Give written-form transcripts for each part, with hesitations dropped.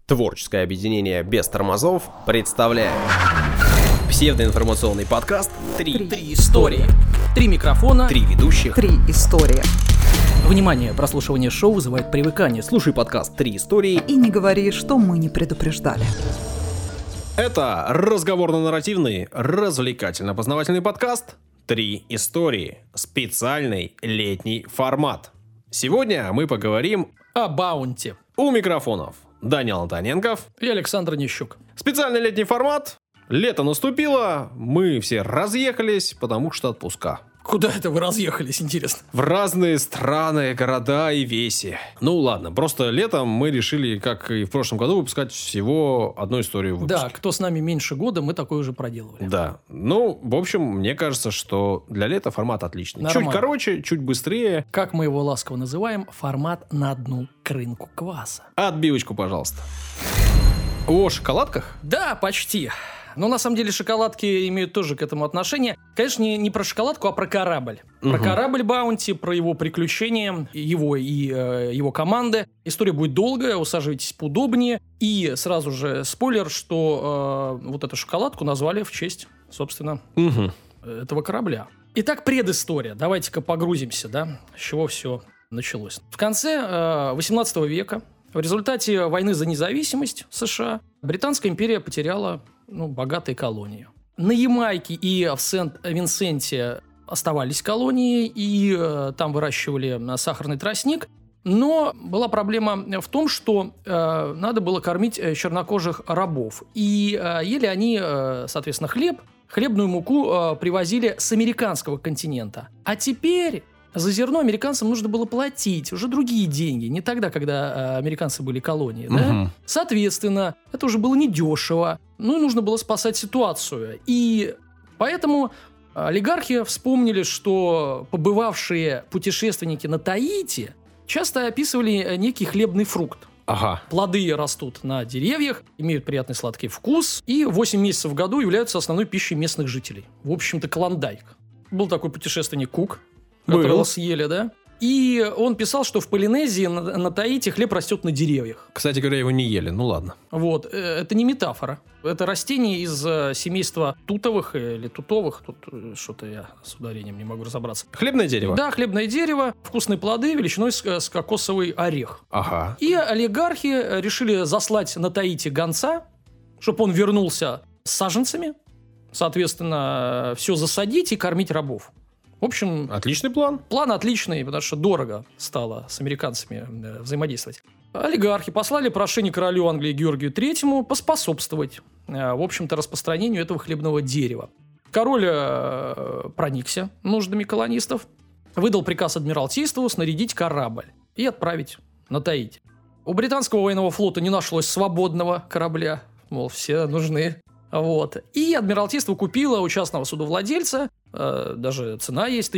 Творческое объединение «Без тормозов» представляет псевдоинформационный подкаст «Три истории». 3 микрофона, 3 ведущих, 3 истории. Внимание, прослушивание шоу вызывает привыкание. Слушай подкаст «Три истории» И не говори, что мы не предупреждали. Это разговорно-нарративный, развлекательно-познавательный подкаст «Три истории». Специальный летний формат. Сегодня мы поговорим о баунти. у микрофонов Данил Антоненков И Александр Нищук. Специальный летний формат. Лето наступило, мы все разъехались, потому что отпуска. Куда это вы разъехались, интересно? В разные страны, города и веси. Ну ладно, просто летом мы решили, как и в прошлом году, выпускать всего одну историю в выпуске. Да, кто с нами меньше года, мы такое уже проделывали. Да. Ну, в общем, мне кажется, что для лета формат отличный. Нормально. Чуть короче, чуть быстрее. Как мы его ласково называем, формат на одну крынку кваса. Отбивочку, пожалуйста. О шоколадках? Да, почти. Но на самом деле шоколадки имеют тоже к этому отношение. Конечно, не про шоколадку, а про корабль. Про корабль Баунти, про его приключения, его и его команды. История будет долгая, усаживайтесь поудобнее. И сразу же спойлер, что вот эту шоколадку назвали в честь, собственно, этого корабля. Итак, предыстория. Давайте-ка погрузимся, да, с чего все началось. В конце 18 века в результате войны за независимость США Британская империя потеряла богатые колонии. На Ямайке и в Сент-Винсенте оставались колонии, и там выращивали сахарный тростник. Но была проблема в том, что надо было кормить чернокожих рабов. И ели они, соответственно, хлебную муку привозили с американского континента. А теперь за зерно американцам нужно было платить уже другие деньги, не тогда, когда американцы были колонией. Да? Соответственно, это уже было недешево, и нужно было спасать ситуацию. И поэтому олигархи вспомнили, что побывавшие путешественники на Таити часто описывали некий хлебный фрукт. Ага. Плоды растут на деревьях, имеют приятный сладкий вкус и 8 месяцев в году являются основной пищей местных жителей. В общем-то, клондайк. Был такой путешественник Кук, которого съели, да? И он писал, что в Полинезии, на Таити, хлеб растет на деревьях. Кстати говоря, его не ели, ну ладно. Вот, это не метафора. Это растение из семейства тутовых или тутовых. Тут что-то я с ударением не могу разобраться. Хлебное дерево? Да, хлебное дерево, вкусные плоды, величиной с кокосовый орех. Ага. И олигархи решили заслать на Таити гонца, чтобы он вернулся с саженцами, соответственно, все засадить и кормить рабов. В общем, отличный план. План отличный, потому что дорого стало с американцами взаимодействовать. Олигархи послали прошение королю Англии Георгию III поспособствовать, в общем-то, распространению этого хлебного дерева. Король проникся нуждами колонистов, выдал приказ Адмиралтейству снарядить корабль и отправить на Таити. У британского военного флота не нашлось свободного корабля, мол, все нужны. Вот. И Адмиралтейство купило у частного судовладельца, даже цена есть,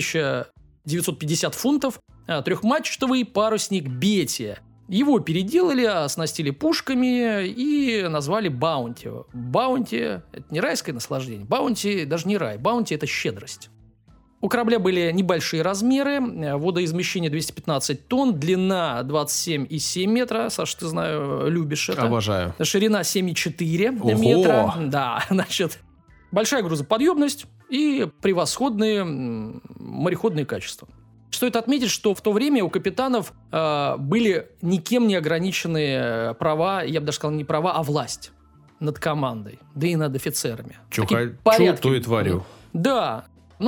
1950 фунтов, трехмачтовый парусник «Бетия». Его переделали, оснастили пушками и назвали «Баунти». «Баунти» — это не райское наслаждение. «Баунти» — даже не рай. «Баунти» — это щедрость. У корабля были небольшие размеры, водоизмещение 215 тонн, длина 27,7 метра. Саша, ты знаю, любишь это. Обожаю. Ширина 7,4 метра. Да, значит, большая грузоподъемность и превосходные мореходные качества. Стоит отметить, что в то время у капитанов были никем не ограниченные права, я бы даже сказал, не права, а власть над командой, да и над офицерами. Чё то и творю. Да.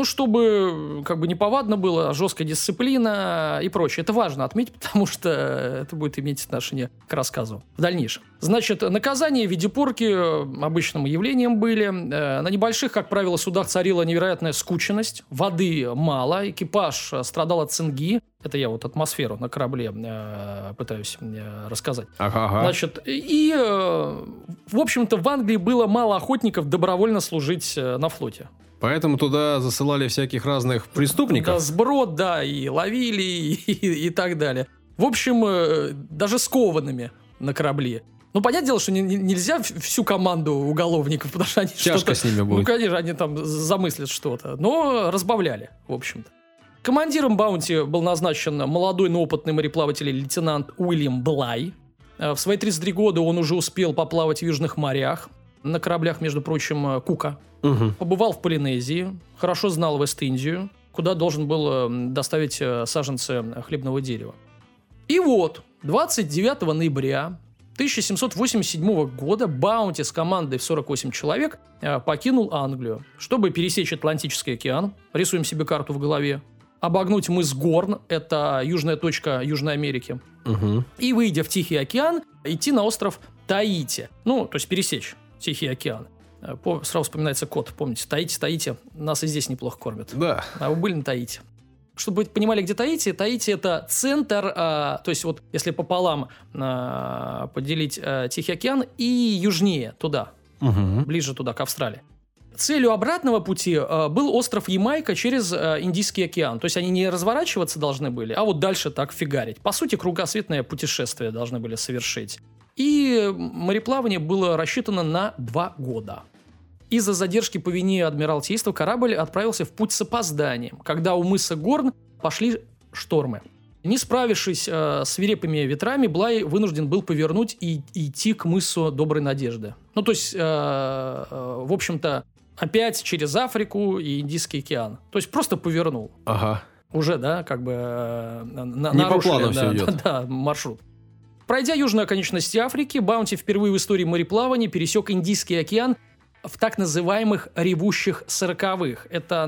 Чтобы неповадно было, жесткая дисциплина и прочее. Это важно отметить, потому что это будет иметь отношение к рассказу в дальнейшем. Значит, наказания в виде порки обычным явлением были. На небольших, как правило, судах царила невероятная скученность. Воды мало, экипаж страдал от цинги. Это я вот атмосферу на корабле пытаюсь рассказать. Ага. Значит, и, в общем-то, в Англии было мало охотников добровольно служить на флоте. Поэтому туда засылали всяких разных преступников? Да, сброд, да, и ловили, и так далее. В общем, даже скованными на корабле. Понятное дело, что нельзя всю команду уголовников, потому что они тяжко с ними будет. Конечно, они там замыслят что-то. Но разбавляли, в общем-то. Командиром Баунти был назначен молодой, но опытный мореплаватель лейтенант Уильям Блай. В свои 33 года он уже успел поплавать в южных морях, на кораблях, между прочим, Кука. Побывал в Полинезии, хорошо знал Вест-Индию, куда должен был доставить саженцы хлебного дерева. И вот, 29 ноября 1787 года Баунти с командой в 48 человек покинул Англию, чтобы пересечь Атлантический океан, рисуем себе карту в голове, обогнуть мыс Горн, это южная точка Южной Америки, и, выйдя в Тихий океан, идти на остров Таити. Ну, то есть пересечь Тихий океан. Сразу вспоминается кот, помните, Таити, нас и здесь неплохо кормят. Да. А вы были на Таити? Чтобы вы понимали, где Таити, Таити – это центр, то есть вот если пополам поделить Тихий океан и южнее туда, ближе туда, к Австралии. Целью обратного пути был остров Ямайка через Индийский океан. То есть они не разворачиваться должны были, а вот дальше так фигарить. По сути, кругосветное путешествие должны были совершить. И мореплавание было рассчитано на 2 года. Из-за задержки по вине Адмиралтейства корабль отправился в путь с опозданием, когда у мыса Горн пошли штормы. Не справившись с свирепыми ветрами, Блай вынужден был повернуть и идти к мысу Доброй Надежды. Ну, то есть, в общем-то, опять через Африку и Индийский океан. То есть, просто повернул. Ага. Уже, да, как бы не по плану все идет. Да, маршрут. Пройдя южную оконечность Африки, Баунти впервые в истории мореплавания пересек Индийский океан в так называемых «ревущих сороковых». Это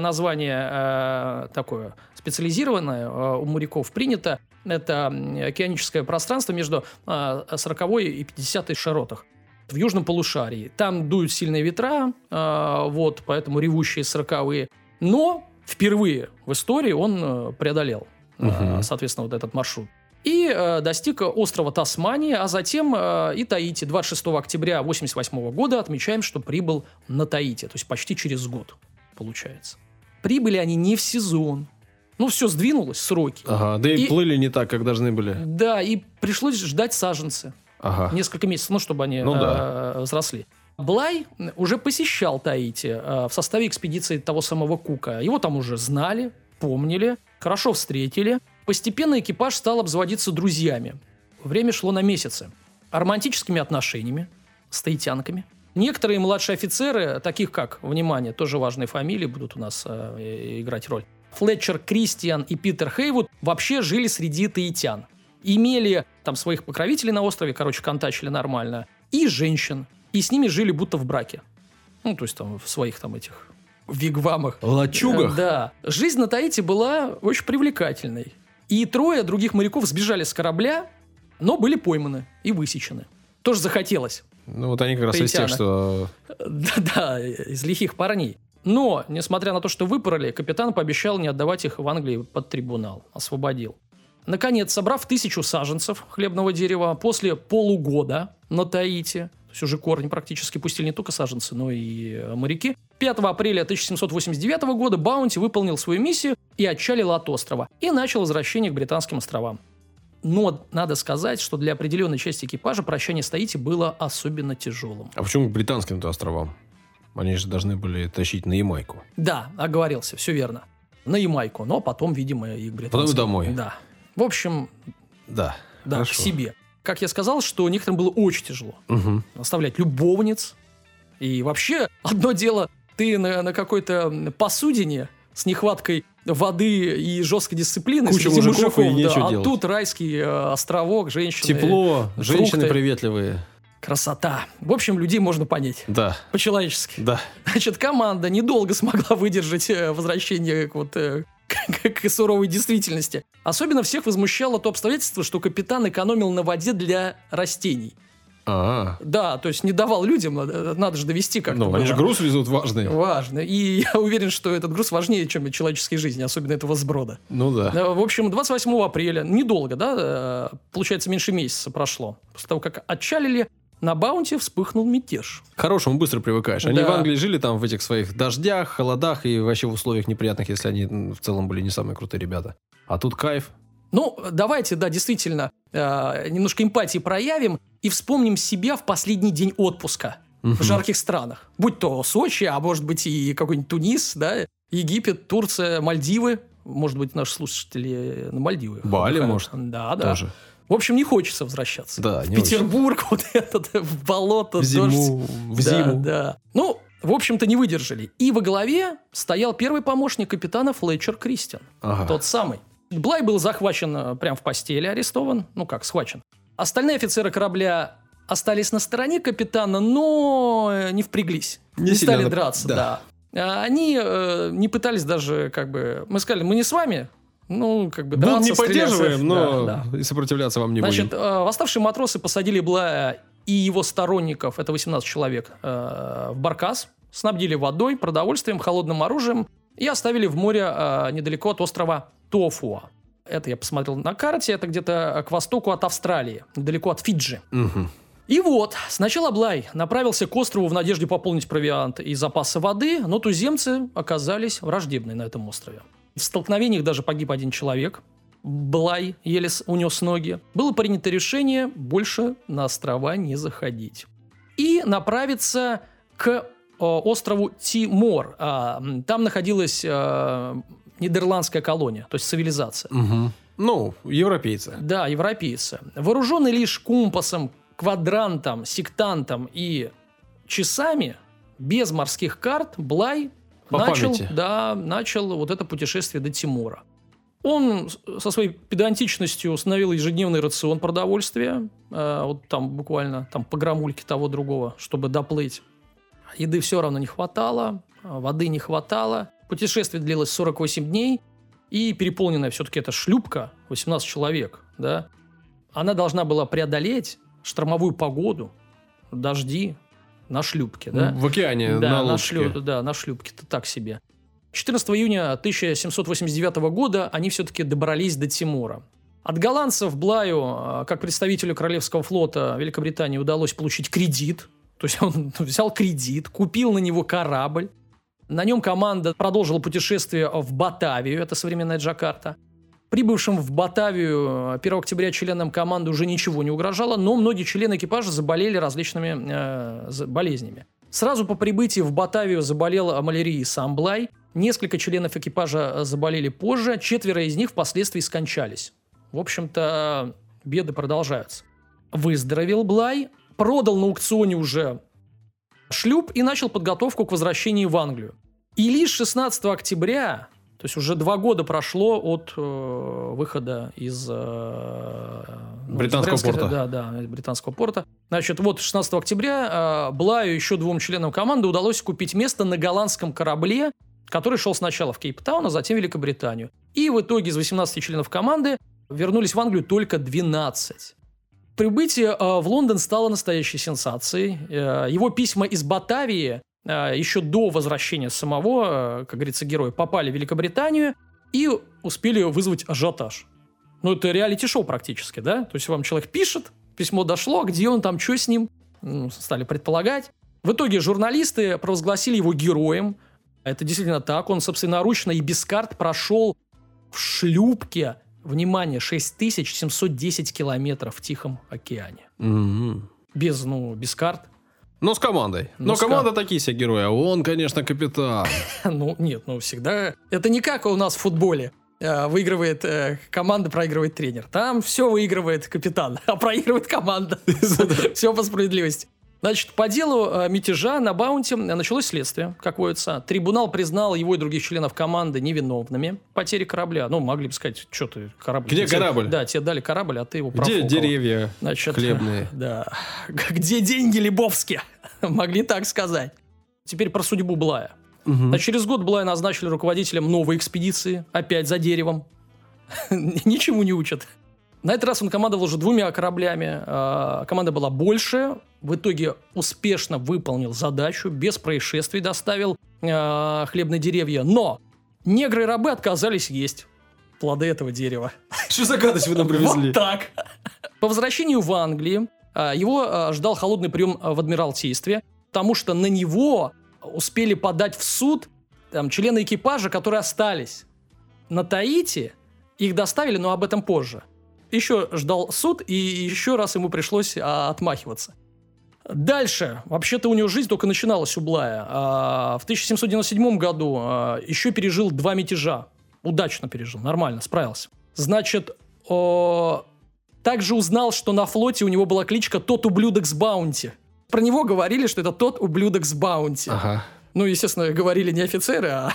название такое специализированное, у моряков принято. Это океаническое пространство между 40-й и 50-й широтах в южном полушарии. Там дуют сильные ветра, вот, поэтому «ревущие сороковые». Но впервые в истории он преодолел, соответственно, вот этот маршрут. И достиг острова Тасмания, а затем и Таити. 26 октября 1988 года отмечаем, что прибыл на Таити. То есть почти через год, получается. Прибыли они не в сезон. Ну, все сдвинулось, сроки. Ага, да и плыли не так, как должны были. Да, и пришлось ждать саженцы. Ага. Несколько месяцев, ну, чтобы они взросли. Блай уже посещал Таити в составе экспедиции того самого Кука. Его там уже знали, помнили, хорошо встретили. Постепенно экипаж стал обзаводиться друзьями. Время шло на месяцы. Романтическими отношениями с таитянками. Некоторые младшие офицеры, таких как, внимание, тоже важные фамилии будут у нас играть роль, Флетчер Кристиан и Питер Хейвуд, вообще жили среди таитян. Имели там своих покровителей на острове, контачили нормально, и женщин. И с ними жили будто в браке. Ну, то есть там в своих там этих вигвамах. Лачугах? Да. Жизнь на Таити была очень привлекательной. И 3 других моряков сбежали с корабля, но были пойманы и высечены. Тоже захотелось. Ну, вот они как раз из тех, что... Да, из лихих парней. Но, несмотря на то, что выпороли, капитан пообещал не отдавать их в Англию под трибунал. Освободил. Наконец, собрав 1000 саженцев хлебного дерева, после полугода на Таити, то есть уже корни практически пустили не только саженцы, но и моряки, 5 апреля 1789 года Баунти выполнил свою миссию и отчалил от острова. И начал возвращение к Британским островам. Но надо сказать, что для определенной части экипажа прощание с Таити было особенно тяжелым. А почему к Британским-то островам? Они же должны были тащить на Ямайку. Да, оговорился, все верно. На Ямайку, но потом, видимо, и к Британским. Потом домой. Да. В общем, да, к себе. Как я сказал, что некоторым было очень тяжело оставлять любовниц. И вообще, одно дело, ты на какой-то посудине с нехваткой воды и жесткой дисциплины. Куча мужиков и нечего делать. А тут райский островок, женщины. Тепло, фрукты. Женщины приветливые. Красота. В общем, людей можно понять. Да. По-человечески. Да. Значит, команда недолго смогла выдержать возвращение к суровой действительности. Особенно всех возмущало то обстоятельство, что капитан экономил на воде для растений. Да, то есть не давал людям, надо же довести как-то. Ну, они же груз везут важный. Важно. И я уверен, что этот груз важнее, чем человеческой жизни, особенно этого сброда. Ну да. В общем, 28 апреля, недолго, да, получается, меньше месяца прошло. После того, как отчалили, на Баунти вспыхнул мятеж. К хорошему быстро привыкаешь. Они в Англии жили там в этих своих дождях, холодах и вообще в условиях неприятных, если они в целом были не самые крутые ребята. А тут кайф. Ну, давайте, да, действительно, немножко эмпатии проявим и вспомним себя в последний день отпуска в жарких странах. Будь то Сочи, а может быть и какой-нибудь Тунис, да, Египет, Турция, Мальдивы. Может быть, наши слушатели на Мальдивах. Бали, может. Да. Тоже. В общем, не хочется возвращаться. Да, в Петербург, вот этот, в болото, в зиму. Да. Ну, в общем-то, не выдержали. И во главе стоял первый помощник капитана Флетчер Кристиан. Тот самый. Блай был захвачен прямо в постели, арестован. Ну как, схвачен. Остальные офицеры корабля остались на стороне капитана, но не впряглись. Не стали драться, да. Они не пытались даже, как бы... Мы сказали, мы не с вами, ну, как бы драться, не поддерживаем, но да. и сопротивляться вам не будем. Значит, восставшие матросы посадили Блая и его сторонников, это 18 человек, в баркас, снабдили водой, продовольствием, холодным оружием и оставили в море недалеко от острова Тофуа. Это я посмотрел на карте, это где-то к востоку от Австралии, недалеко от Фиджи. Угу. И вот, сначала Блай направился к острову в надежде пополнить провиант и запасы воды, но туземцы оказались враждебны на этом острове. В столкновениях даже погиб один человек. Блай еле унес ноги. Было принято решение больше на острова не заходить. И направиться к острову Тимор. Там находилась нидерландская колония, то есть цивилизация. Угу. Ну, европейцы. Да, европейцы. Вооруженный лишь компасом, квадрантом, сектантом и часами, без морских карт, Блай начал вот это путешествие до Тимора. Он со своей педантичностью установил ежедневный рацион продовольствия, вот там буквально по грамульке того другого, чтобы доплыть. Еды все равно не хватало, воды не хватало. Путешествие длилось 48 дней, и переполненная все-таки эта шлюпка, 18 человек, да, она должна была преодолеть штормовую погоду, дожди на шлюпке. Да? В океане, да, на лодке. На шлюпке-то так себе. 14 июня 1789 года они все-таки добрались до Тимора. От голландцев Блаю, как представителю Королевского флота Великобритании, удалось получить кредит. То есть он взял кредит, купил на него корабль. На нем команда продолжила путешествие в Батавию, это современная Джакарта. Прибывшим в Батавию 1 октября членам команды уже ничего не угрожало, но многие члены экипажа заболели различными болезнями. Сразу по прибытии в Батавию заболел малярией сам Блай. Несколько членов экипажа заболели позже, 4 из них впоследствии скончались. В общем-то, беды продолжаются. Выздоровел Блай, продал на аукционе уже шлюп и начал подготовку к возвращению в Англию. И лишь 16 октября... То есть уже 2 года прошло от выхода из британского порта. Да, британского порта. Значит, вот 16 октября Блаю и еще 2 членам команды удалось купить место на голландском корабле, который шел сначала в Кейптаун, а затем в Великобританию. И в итоге из 18 членов команды вернулись в Англию только 12. Прибытие в Лондон стало настоящей сенсацией. Его письма из Батавии еще до возвращения самого, как говорится, героя, попали в Великобританию и успели вызвать ажиотаж. Ну, это реалити-шоу практически, да? То есть вам человек пишет, письмо дошло, где он там, что с ним, стали предполагать. В итоге журналисты провозгласили его героем. Это действительно так. Он собственноручно и без карт прошел в шлюпке, внимание, 6710 километров в Тихом океане. Mm-hmm. Без карт. Но с командой. Но команда такие себе герои, а он, конечно, капитан. Всегда... Это не как у нас в футболе. Выигрывает команда, проигрывает тренер. Там все выигрывает капитан, а проигрывает команда. Все по справедливости. Значит, по делу мятежа на Баунти началось следствие, как водится. Трибунал признал его и других членов команды невиновными в потере корабля. Могли бы сказать, что ты, корабль... Где корабль? Да, тебе дали корабль, а ты его профукал. Где деревья хлебные? Да. Где деньги лебовские? Могли так сказать. Теперь про судьбу Блая. Угу. Через год Блая назначили руководителем новой экспедиции, опять за деревом. Ничему не учат. На этот раз он командовал уже 2 кораблями. Команда была больше. В итоге успешно выполнил задачу, без происшествий доставил хлебные деревья. Но негры и рабы отказались есть плоды этого дерева. Что за гадость вы нам привезли? Вот так. По возвращению в Англию его ждал холодный прием в Адмиралтействе, потому что на него успели подать в суд члены экипажа, которые остались на Таити. Их доставили, но об этом позже. Еще ждал суд, и еще раз ему пришлось отмахиваться. Дальше. Вообще-то у него жизнь только начиналась у Блая. В 1797 году еще пережил 2 мятежа. Удачно пережил, нормально, справился. Значит, также узнал, что на флоте у него была кличка «Тот ублюдок с Баунти». Про него говорили, что это «Тот ублюдок с Баунти». Ага. Ну, естественно, говорили не офицеры, а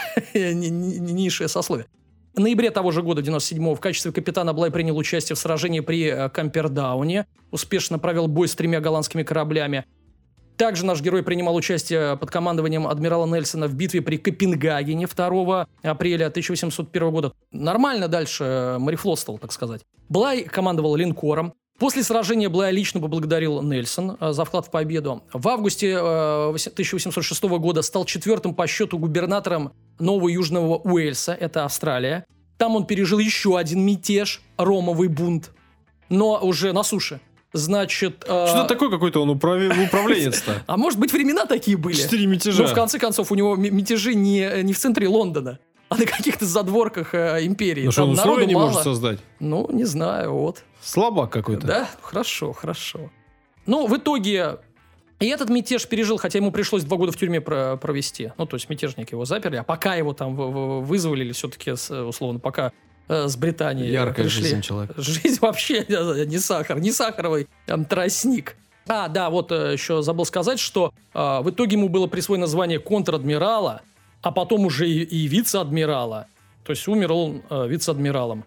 низшее сословие. В ноябре того же года, 97-го, в качестве капитана Блай принял участие в сражении при Кампердауне. Успешно провел бой с 3 голландскими кораблями. Также наш герой принимал участие под командованием адмирала Нельсона в битве при Копенгагене 2 апреля 1801 года. Нормально дальше морефлотствовал, так сказать. Блай командовал линкором. После сражения Блая лично поблагодарил Нельсон за вклад в победу. В августе 1806 года стал 4-м по счету губернатором Нового Южного Уэльса, это Австралия. Там он пережил еще один мятеж, ромовый бунт, но уже на суше. Значит... Что такое какой-то он управленец-то? А может быть, времена такие были? 4 мятежа. Ну, в конце концов, у него мятежи не в центре Лондона, а на каких-то задворках империи. Ну, что он условия не может создать? Ну, не знаю, вот. Слабак какой-то. Да? Хорошо. Ну, в итоге... И этот мятеж пережил, хотя ему пришлось 2 года в тюрьме провести. Ну, то есть мятежники его заперли, а пока его там вызволили все-таки, условно, пока с Британии яркая пришли. Жизнь человека. Жизнь вообще не сахар, не сахаровый тростник. А, да, вот еще забыл сказать, что в итоге ему было присвоено звание контр-адмирала, а потом уже и вице-адмирала. То есть умер он вице-адмиралом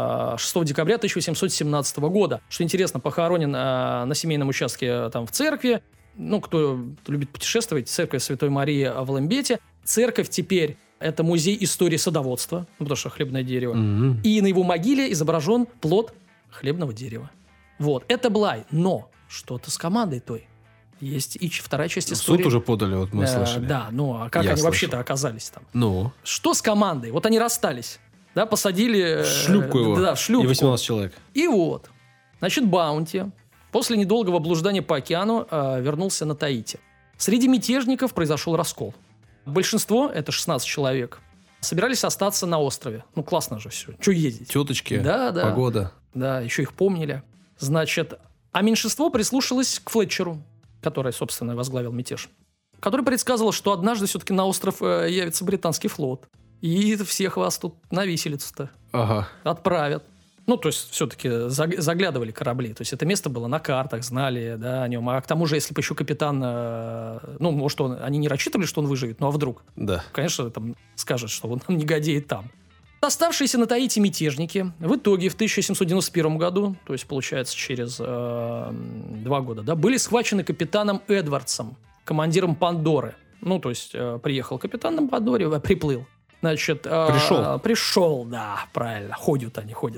6 декабря 1817 года. Что интересно, похоронен на семейном участке там в церкви. Ну, кто любит путешествовать, церковь Святой Марии в Ламбете. Церковь теперь это музей истории садоводства, ну, потому что хлебное дерево. Mm-hmm. И на его могиле изображен плод хлебного дерева. Вот, это Блай. Но что-то с командой той. Есть и вторая часть истории. Суд уже подали, вот мы слышали. Да, ну а как они вообще-то оказались там? Ну? Что с командой? Вот они расстались. Да, посадили... Шлюпку его. Да, в шлюпку. И 18 человек. И вот. Значит, Баунти после недолгого блуждания по океану вернулся на Таити. Среди мятежников произошел раскол. Большинство, это 16 человек, собирались остаться на острове. Ну, классно же все. Чего ездить? Теточки, да, погода. Да, еще их помнили. Значит, а меньшинство прислушалось к Флетчеру, который, собственно, возглавил мятеж, который предсказывал, что однажды все-таки на остров явится британский флот. И всех вас тут на виселицу-то отправят. Ну, то есть, все-таки заглядывали корабли. То есть, это место было на картах, знали, да, о нем. А к тому же, если бы еще капитан... ну, может, они не рассчитывали, что он выживет, ну, а вдруг? Да. Конечно, там скажет, что он не годеет там. Оставшиеся на Таити мятежники в итоге в 1791 году, то есть, получается, через 2 года, да, были схвачены капитаном Эдвардсом, командиром Пандоры. Ну, то есть, приехал капитан на Пандоре, приплыл. Значит, пришел, да, правильно, ходят.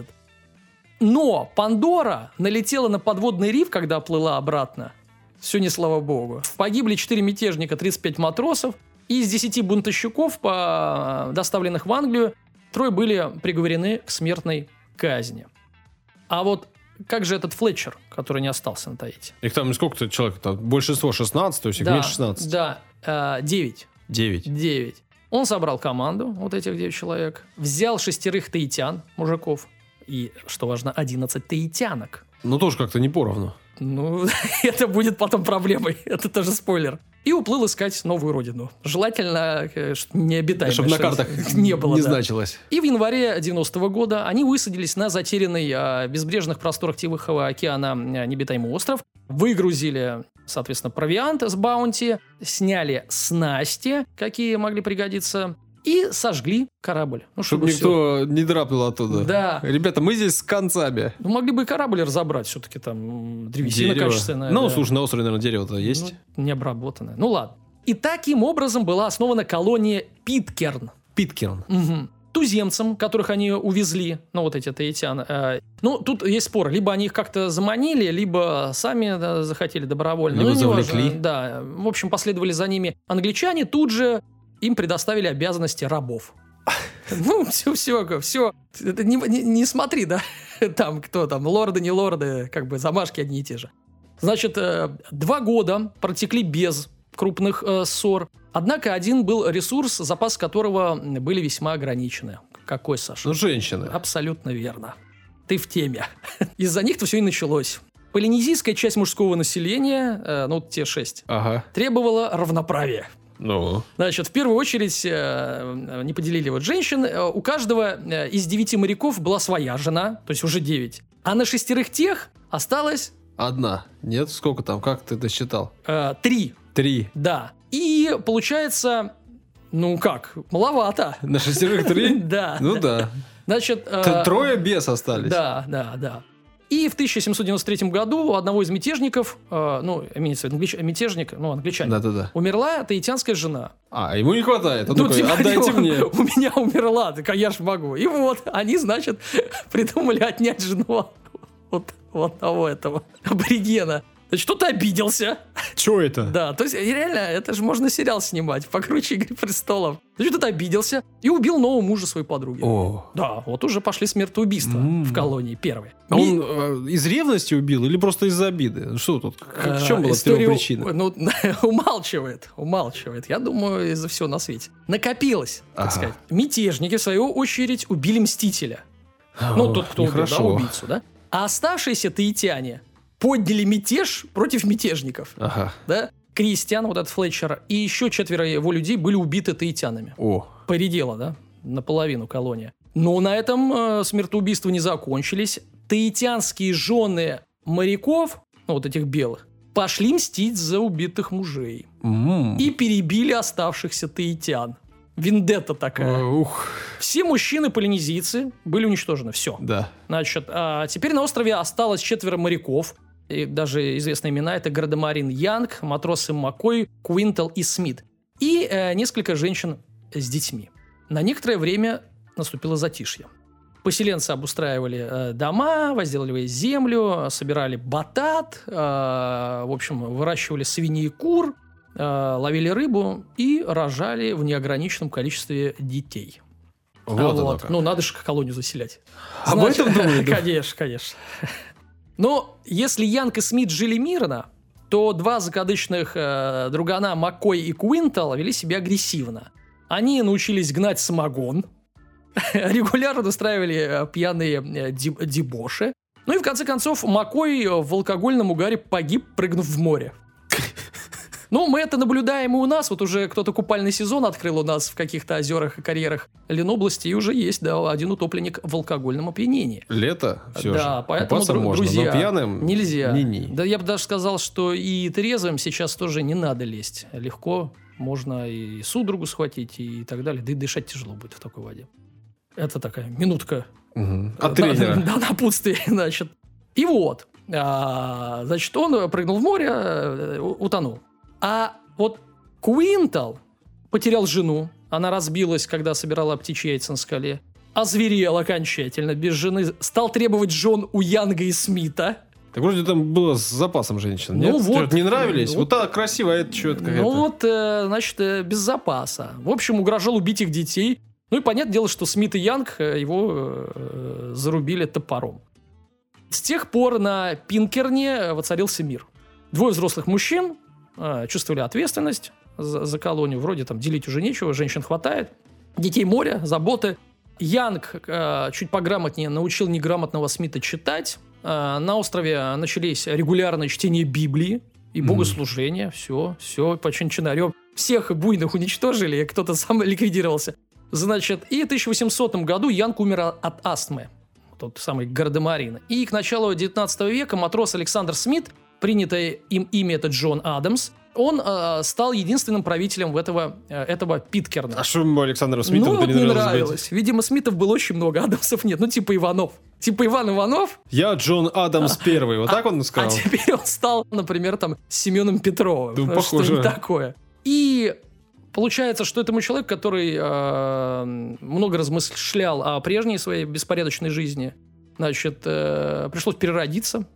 Но Пандора налетела на подводный риф, когда плыла обратно. Все не слава богу. Погибли 4 мятежника, 35 матросов. И из 10 бунтовщиков, доставленных в Англию, 3 были приговорены к смертной казни. А вот как же этот Флетчер, который не остался на Таити? Их там сколько-то человек? Там большинство 16, то есть их меньше 16. Да, 9. 9. Он собрал команду, вот этих 9 человек, взял 6 таитян, мужиков, и, что важно, 11 таитянок. Ну, тоже как-то не поровну. Ну, это будет потом проблемой, это тоже спойлер. И уплыл искать новую родину. Желательно, необитаемое. Чтобы на картах не было, значилось. И в январе 90-го года они высадились на затерянный безбрежных просторах Тихого океана необитаемый остров, выгрузили, соответственно, провиант с Баунти, сняли снасти, какие могли пригодиться, и сожгли корабль. Ну, чтобы никто не драпнул оттуда. Да. Ребята, мы здесь с концами. Ну, могли бы и корабль разобрать, все-таки там древесина качественная. Ну, да. Слушай, на острове, наверное, дерево-то есть. Ну, не обработанное. Ну, ладно. И таким образом была основана колония Питкерн. Угу. Туземцам, которых они увезли, ну, вот эти таитян. Ну, тут есть спор. Либо они их как-то заманили, либо сами захотели добровольно. Либо завлекли. Да. В общем, последовали за ними англичане. Тут же им предоставили обязанности рабов. Ну, все. Это не смотри, да, там кто там, лорды, не лорды, как бы замашки одни и те же. Значит, 2 года протекли без крупных ссор. Однако один был ресурс, запас которого были весьма ограничены. Какой, Саша? Ну, женщины. Абсолютно верно. Ты в теме. Из-за них-то все и началось. Полинезийская часть мужского населения, ну, те 6, требовала равноправия. Ну. Значит, в первую очередь не поделили вот женщин. У каждого из 9 моряков была своя жена, то есть уже 9. А на 6 тех Осталось... Одна. Нет? Сколько там? Как ты досчитал? 3. 3. Да. И получается... Ну как? Маловато. На 6 3? Да. Ну да. Значит... 3 без остались. Да. И в 1793 году у одного из мятежников, имеется в виду мятежник, англичанин, умерла таитянская жена. А, ему не хватает. Он такой, отдайте мне. У меня умерла, так я ж могу. И вот, они, значит, придумали отнять жену вот того этого аборигена. Значит, кто-то обиделся. Чё это? Да, то есть реально, это же можно сериал снимать покруче «Игры престолов». Значит, кто-то обиделся и убил нового мужа своей подруги. О. Да, вот уже пошли смертоубийства в колонии первые. А он из ревности убил или просто из-за обиды? Что тут? В чем была первопричина? Ну, умалчивает. Я думаю, из-за всего на свете. Накопилось, так сказать. Мятежники, в свою очередь, убили мстителя. Тот, кто убил, да, убийцу, да? А оставшиеся таитяне подняли мятеж против мятежников. Да? Кристиан, вот этот Флетчер, и еще 4 его людей были убиты таитянами. Поредела, да? Наполовину колония. Но на этом смертоубийства не закончились. Таитянские жены моряков, вот этих белых, пошли мстить за убитых мужей. И перебили оставшихся таитян. Вендетта такая. Все мужчины-полинезийцы были уничтожены. Все. Да. Значит, теперь на острове осталось 4 моряков. И даже известные имена. Это Гардемарин Янг, матросы Маккой, Куинтал и Смит. И несколько женщин с детьми. На некоторое время наступило затишье. Поселенцы обустраивали дома, возделывали землю, собирали батат, в общем, выращивали свиней и кур, ловили рыбу и рожали в неограниченном количестве детей. Вот. Ну, надо же колонию заселять. Об этом думали? Конечно. Но если Янг и Смит жили мирно, то 2 закадычных другана Маккой и Куинтал вели себя агрессивно. Они научились гнать самогон, регулярно устраивали пьяные дебоши. Ну и в конце концов Маккой в алкогольном угаре погиб, прыгнув в море. Ну, мы это наблюдаем и у нас. Вот уже кто-то купальный сезон открыл у нас в каких-то озерах и карьерах Ленобласти, и уже есть, да, один утопленник в алкогольном опьянении. Лето все же. Да, поэтому, можно, друзья, но пьяным нельзя. Ни-ни. Да я бы даже сказал, что и трезвым сейчас тоже не надо лезть. Легко можно и судорогу схватить, и так далее. Да и дышать тяжело будет в такой воде. Это такая минутка. От тренера. Да, напутствие, значит. И вот, значит, он прыгнул в море, утонул. А вот Куинтал потерял жену. Она разбилась, когда собирала птичьи яйца на скале. Озверел окончательно, без жены. Стал требовать жен у Янга и Смита. Так вроде там было с запасом женщин, нет? Вот. Не нравились? Вот так красиво, а это что это какая-то? Значит, без запаса. В общем, угрожал убить их детей. Ну и понятное дело, что Смит и Янг его зарубили топором. С тех пор на Пинкерне воцарился мир. 2 взрослых мужчин чувствовали ответственность за колонию. Вроде там делить уже нечего, женщин хватает. Детей море, заботы. Янг чуть пограмотнее научил неграмотного Смита читать. На острове начались регулярное чтение Библии и богослужения. Все по чин-чинарем. Всех буйных уничтожили, кто-то сам ликвидировался. Значит, и в 1800 году Янг умер от астмы. Тот самый Гардемарин. И к началу 19 века матрос Александр Смит, принятое им имя это Джон Адамс, он стал единственным правителем этого Питкерна. А что ему Александру Смиту не нравилось? Видимо, Смитов было очень много, Адамсов нет. Ну, типа Иванов. Типа Иван Иванов. Я Джон Адамс первый. Вот так он сказал? А теперь он стал, например, там, Семеном Петровым. Ну, похоже. Что-нибудь такое. И получается, что этому человеку, который много размышлял о прежней своей беспорядочной жизни, значит, пришлось переродиться.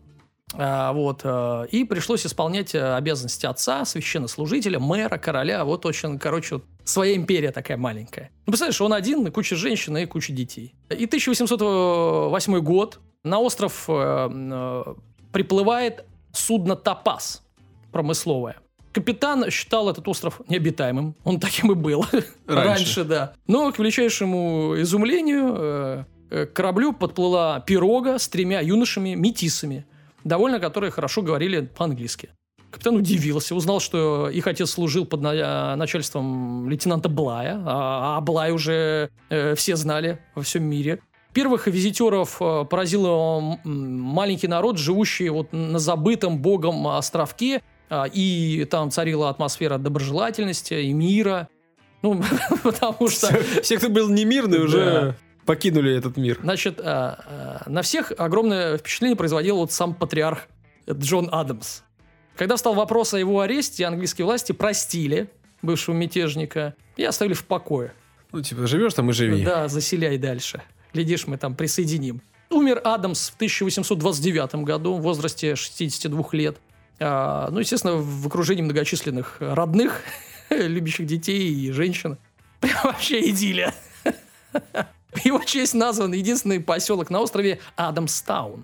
И пришлось исполнять обязанности отца, священнослужителя, мэра, короля. Вот очень, своя империя такая маленькая. Ну, представляешь, он один, куча женщин и куча детей. И 1808 год на остров приплывает судно «Топаз» промысловое. Капитан считал этот остров необитаемым. Он таким и был. Раньше, да. Но, к величайшему изумлению, к кораблю подплыла пирога с 3 юношами-метисами, довольно которые хорошо говорили по-английски. Капитан удивился, узнал, что их отец служил под начальством лейтенанта Блая, а Блай уже все знали во всем мире. Первых визитеров поразил маленький народ, живущий вот на забытом богом островке, и там царила атмосфера доброжелательности и мира. Ну, потому что... Все, кто был немирный, уже покинули этот мир. Значит, на всех огромное впечатление производил вот сам патриарх Джон Адамс. Когда встал вопрос о его аресте, английские власти простили бывшего мятежника и оставили в покое. Ну, типа, живешь там и живи. Да, заселяй дальше. Глядишь, мы там присоединим. Умер Адамс в 1829 году в возрасте 62 лет. Ну, естественно, в окружении многочисленных родных, любящих детей и женщин. Прям вообще идиллия. В его честь назван единственный поселок на острове Адамстаун.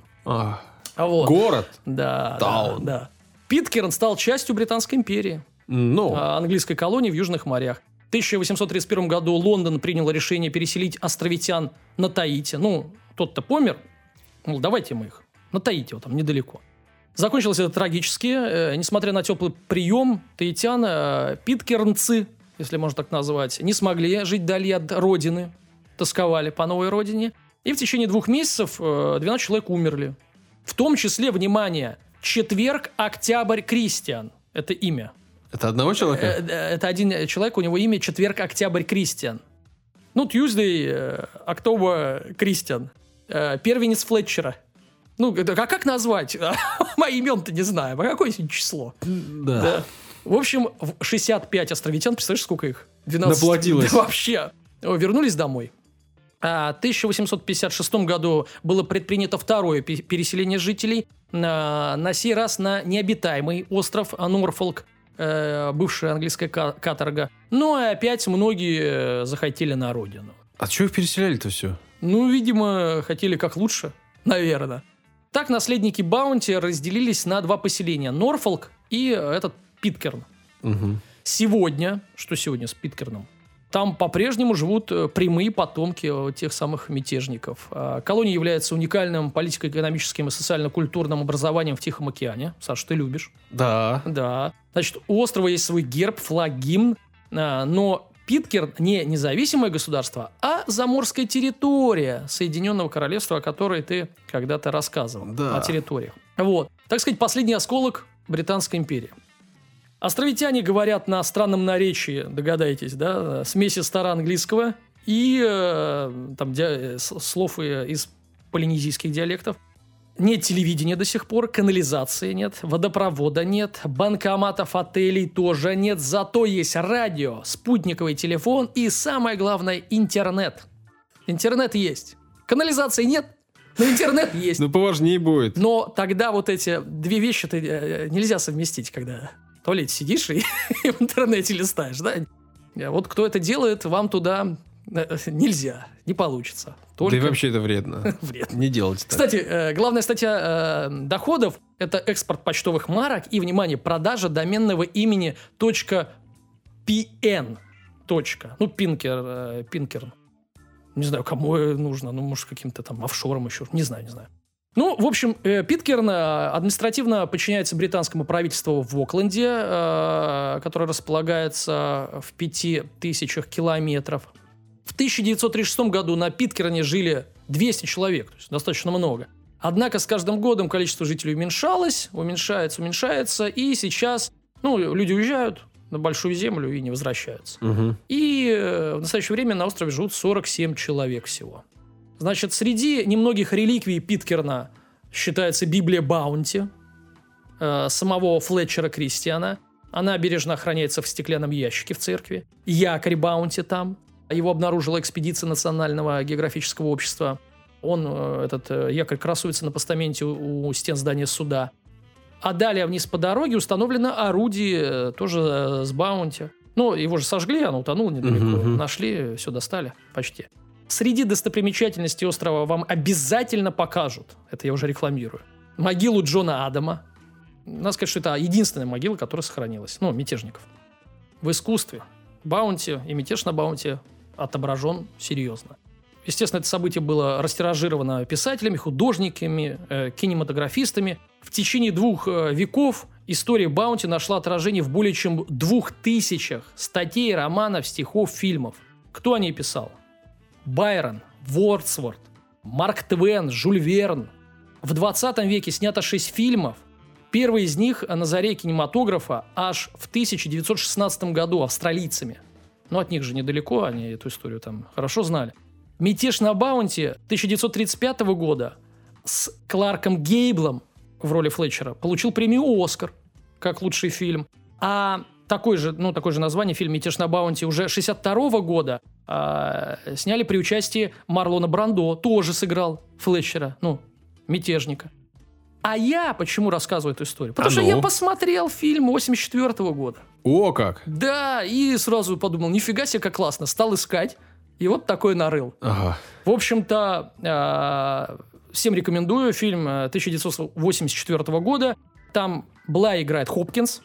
Вот. Город? Да. Таун. Да. Питкэрн стал частью Британской империи. Английской колонии в Южных морях. В 1831 году Лондон принял решение переселить островитян на Таити. Ну, тот-то помер. Ну, давайте мы их. На Таити, вот там недалеко. Закончилось это трагически. Несмотря на теплый прием таитян, питкэрнцы, если можно так назвать, не смогли жить вдали от родины. Тосковали по новой родине. И в течение 2 месяцев 12 человек умерли. В том числе, внимание, Четверг, Октябрь, Кристиан. Это имя. Это одного человека? Это один человек, у него имя Четверг, Октябрь, Кристиан. Ну, Tuesday, October, Кристиан. Первенец Флетчера. Ну, а как назвать? Мои имен-то не знаю. А какое число? Да. В общем, 65 островитян, представляешь, сколько их? 12. Наплодилось. Да, вообще. Вернулись домой. В 1856 году было предпринято второе переселение жителей. На сей раз на необитаемый остров Норфолк, бывшая английская каторга. Ну, и опять многие захотели на родину. А чего их переселяли-то все? Ну, видимо, хотели как лучше, наверное. Так наследники Баунти разделились на 2 поселения. Норфолк и этот Питкэрн. Угу. Сегодня, что сегодня с Питкэрном? Там по-прежнему живут прямые потомки тех самых мятежников. Колония является уникальным политико-экономическим и социально-культурным образованием в Тихом океане. Саш, ты любишь? Да. Да. Значит, у острова есть свой герб, флаг, гимн, но Питкэрн не независимое государство, а заморская территория Соединенного Королевства, о которой ты когда-то рассказывал. Да. О территориях. Вот. Так сказать, последний осколок Британской империи. Островитяне говорят на странном наречии, догадаетесь, да, смеси староанглийского и слов из полинезийских диалектов. Нет телевидения до сих пор, канализации нет, водопровода нет, банкоматов, отелей тоже нет, зато есть радио, спутниковый телефон и, самое главное, интернет. Интернет есть. Канализации нет, но интернет есть. Ну, поважнее будет. Но тогда вот эти 2 вещи нельзя совместить, когда в туалете сидишь и в интернете листаешь, да? Вот кто это делает, вам туда нельзя, не получится. Только... Да и вообще это вредно. Вредно. Не делайте так. Кстати, главная статья доходов – это экспорт почтовых марок и, внимание, продажа доменного имени .pn. Ну, Питкэрн. Не знаю, кому нужно, ну, может, каким-то там офшором еще, не знаю. Ну, в общем, Питкэрн административно подчиняется британскому правительству в Окленде, которое располагается в 5000 километров. В 1936 году на Питкэрне жили 200 человек, то есть достаточно много. Однако с каждым годом количество жителей уменьшается, и сейчас люди уезжают на Большую Землю и не возвращаются. Угу. И в настоящее время на острове живут 47 человек всего. Значит, среди немногих реликвий Питкэрна считается Библия Баунти, самого Флетчера Кристиана. Она бережно охраняется в стеклянном ящике в церкви. Якорь Баунти там. Его обнаружила экспедиция Национального географического общества. Этот якорь красуется на постаменте у стен здания суда. А далее вниз по дороге установлено орудие тоже с Баунти. Его же сожгли, оно утонуло недалеко. Нашли, все достали почти. Среди достопримечательностей острова вам обязательно покажут, это я уже рекламирую, могилу Джона Адама. Надо сказать, что это единственная могила, которая сохранилась. Мятежников. В искусстве Баунти и мятеж на Баунти отображен серьезно. Естественно, это событие было растиражировано писателями, художниками, кинематографистами. В течение 2 веков история Баунти нашла отражение в более чем 2000 статей, романов, стихов, фильмов. Кто о ней писал? Байрон, Вордсворт, Марк Твен, Жюль Верн. В 20 веке снято 6 фильмов. Первый из них на заре кинематографа аж в 1916 году австралийцами. Ну, от них же недалеко, они эту историю там хорошо знали. «Мятеж на Баунти» 1935 года с Кларком Гейблом в роли Флетчера получил премию «Оскар» как лучший фильм. А такое же название фильм «Мятеж на Баунти» уже 1962 года сняли при участии Марлона Брандо. Тоже сыграл Флетчера, мятежника. А я почему рассказываю эту историю? Потому что я посмотрел фильм 1984 года. О, как! Да, и сразу подумал, нифига себе, как классно. Стал искать, и вот такой нарыл. Ага. В общем-то, всем рекомендую. Фильм 1984 года. Там Блай играет Хопкинс,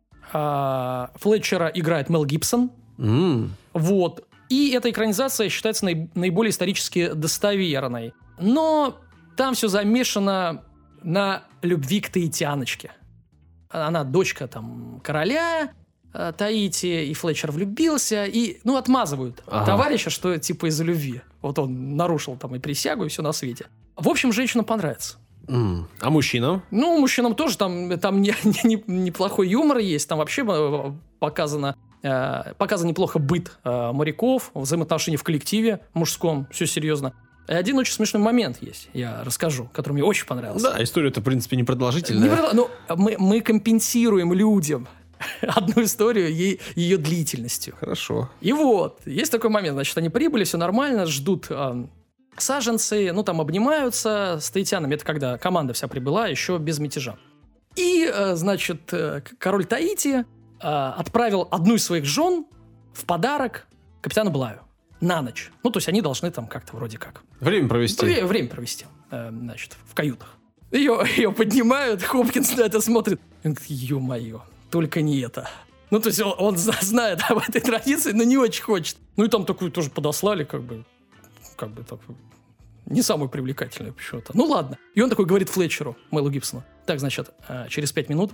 Флетчера играет Мел Гибсон. Вот. И эта экранизация считается наиболее исторически достоверной. Но там все замешано на любви к таитяночке. Она дочка там короля Таити, и Флетчер влюбился, и, отмазывают товарища, что типа из-за любви. Вот он нарушил там и присягу, и все на свете. В общем, женщинам понравится. А мужчинам? Мужчинам тоже там неплохой юмор есть. Там вообще показан неплохо быт моряков, взаимоотношения в коллективе мужском. Все серьезно. И один очень смешной момент есть, я расскажу, который мне очень понравился. Да, история-то, в принципе, непродолжительная. Мы компенсируем людям одну историю ее длительностью. Хорошо. И вот, есть такой момент. Значит, они прибыли, все нормально, ждут саженцы, там обнимаются с таитянами. Это когда команда вся прибыла, еще без мятежа. И, значит, король Таити отправил одну из своих жен в подарок капитану Блаю. На ночь. То есть они должны там как-то вроде как... Время провести. Время провести, значит, в каютах. Ее поднимают, Хопкинс на это смотрит. Он говорит, ё-моё, только не это. То есть он знает об этой традиции, но не очень хочет. И там такую тоже подослали, как бы так, не самую привлекательную почему-то. Ладно. И он такой говорит Флетчеру, Мэлу Гибсону. Так, значит, через 5 минут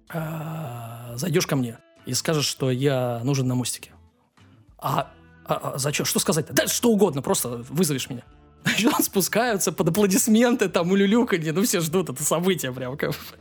зайдешь ко мне и скажешь, что я нужен на мостике. Зачем? Что сказать-то? Да что угодно, просто вызовешь меня. Значит, он спускаются под аплодисменты, там, улюлюканье, все ждут это событие прям.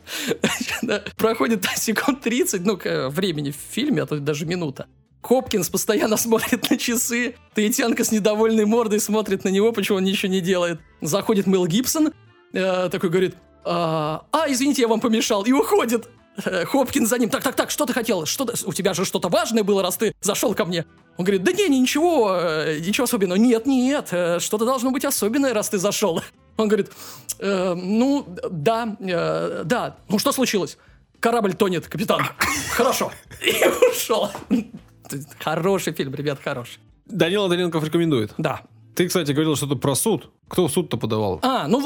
Проходит секунд 30, времени в фильме, а то даже минута. Хопкинс постоянно смотрит на часы, таитянка с недовольной мордой смотрит на него, почему он ничего не делает. Заходит Мел Гибсон, такой говорит, извините, я вам помешал, и уходит. Хопкинс за ним, так, что ты хотел? У тебя же что-то важное было, раз ты зашел ко мне. Он говорит, да ничего особенного. Нет, что-то должно быть особенное, раз ты зашел. Он говорит, да, что случилось? Корабль тонет, капитан. Хорошо. И ушел. Хороший фильм, ребят, хороший. Данила Даненков рекомендует. Да. Ты, кстати, говорил что-то про суд. Кто в суд-то подавал?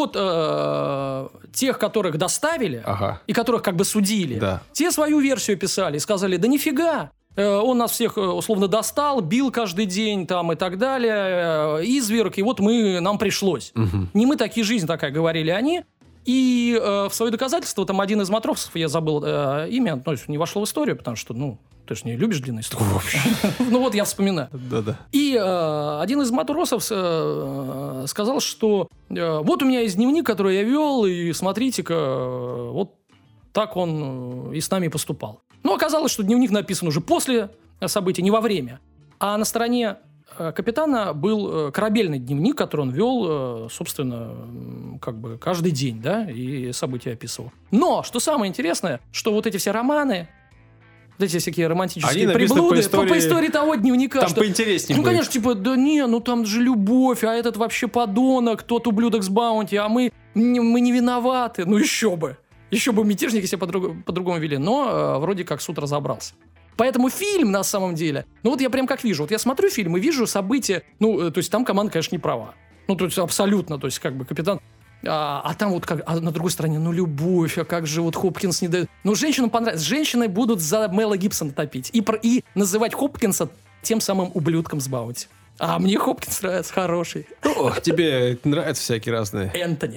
Тех, которых доставили, и которых как бы судили, да. Те свою версию писали и сказали, да нифига, он нас всех условно достал, бил каждый день там и так далее, изверг, и вот нам пришлось. Не мы такие, жизнь такая, говорили они. И в свое доказательство там один из матросов, я забыл имя, не вошло в историю, потому что, ты же не любишь длинные истории. Вот я вспоминаю. Да-да. И один из матросов сказал, что вот у меня есть дневник, который я вел, и смотрите-ка, вот так он и с нами поступал. Оказалось, что дневник написан уже после событий, не во время. А на стороне капитана был корабельный дневник, который он вел, собственно, как бы каждый день, да, и события описывал. Но, что самое интересное, что вот эти все романы, вот эти всякие романтические приблуды по истории того дневника. Там поинтереснее будет. Конечно, там же любовь, а этот вообще подонок, тот ублюдок с Баунти, а мы не виноваты. Еще бы. Еще бы мятежники себя по-другому вели. Но вроде как суд разобрался. Поэтому фильм, на самом деле, я прям как вижу. Вот я смотрю фильм и вижу события, то есть там команда, конечно, не права. То есть абсолютно, то есть как бы капитан... А там вот как, на другой стороне, любовь, а как же вот Хопкинс не дает... женщинам понравится. Женщины будут за Мела Гибсона топить. И называть Хопкинса тем самым ублюдком с Баунти. А мне Хопкинс нравится, хороший. Тебе нравятся всякие разные. Энтони.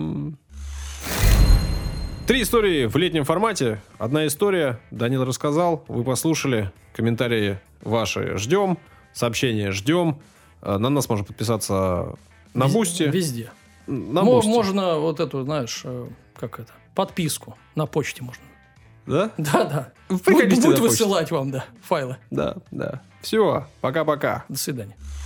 3 истории в летнем формате. Одна история, Данил рассказал, вы послушали. Комментарии ваши ждем. Сообщения ждем. На нас можно подписаться на Бусти. Везде. Можно вот эту, знаешь, как это, подписку на почте можно. Да? Да. Приходите Будет на почту. высылать вам, да, файлы. Да. Все, пока-пока. До свидания.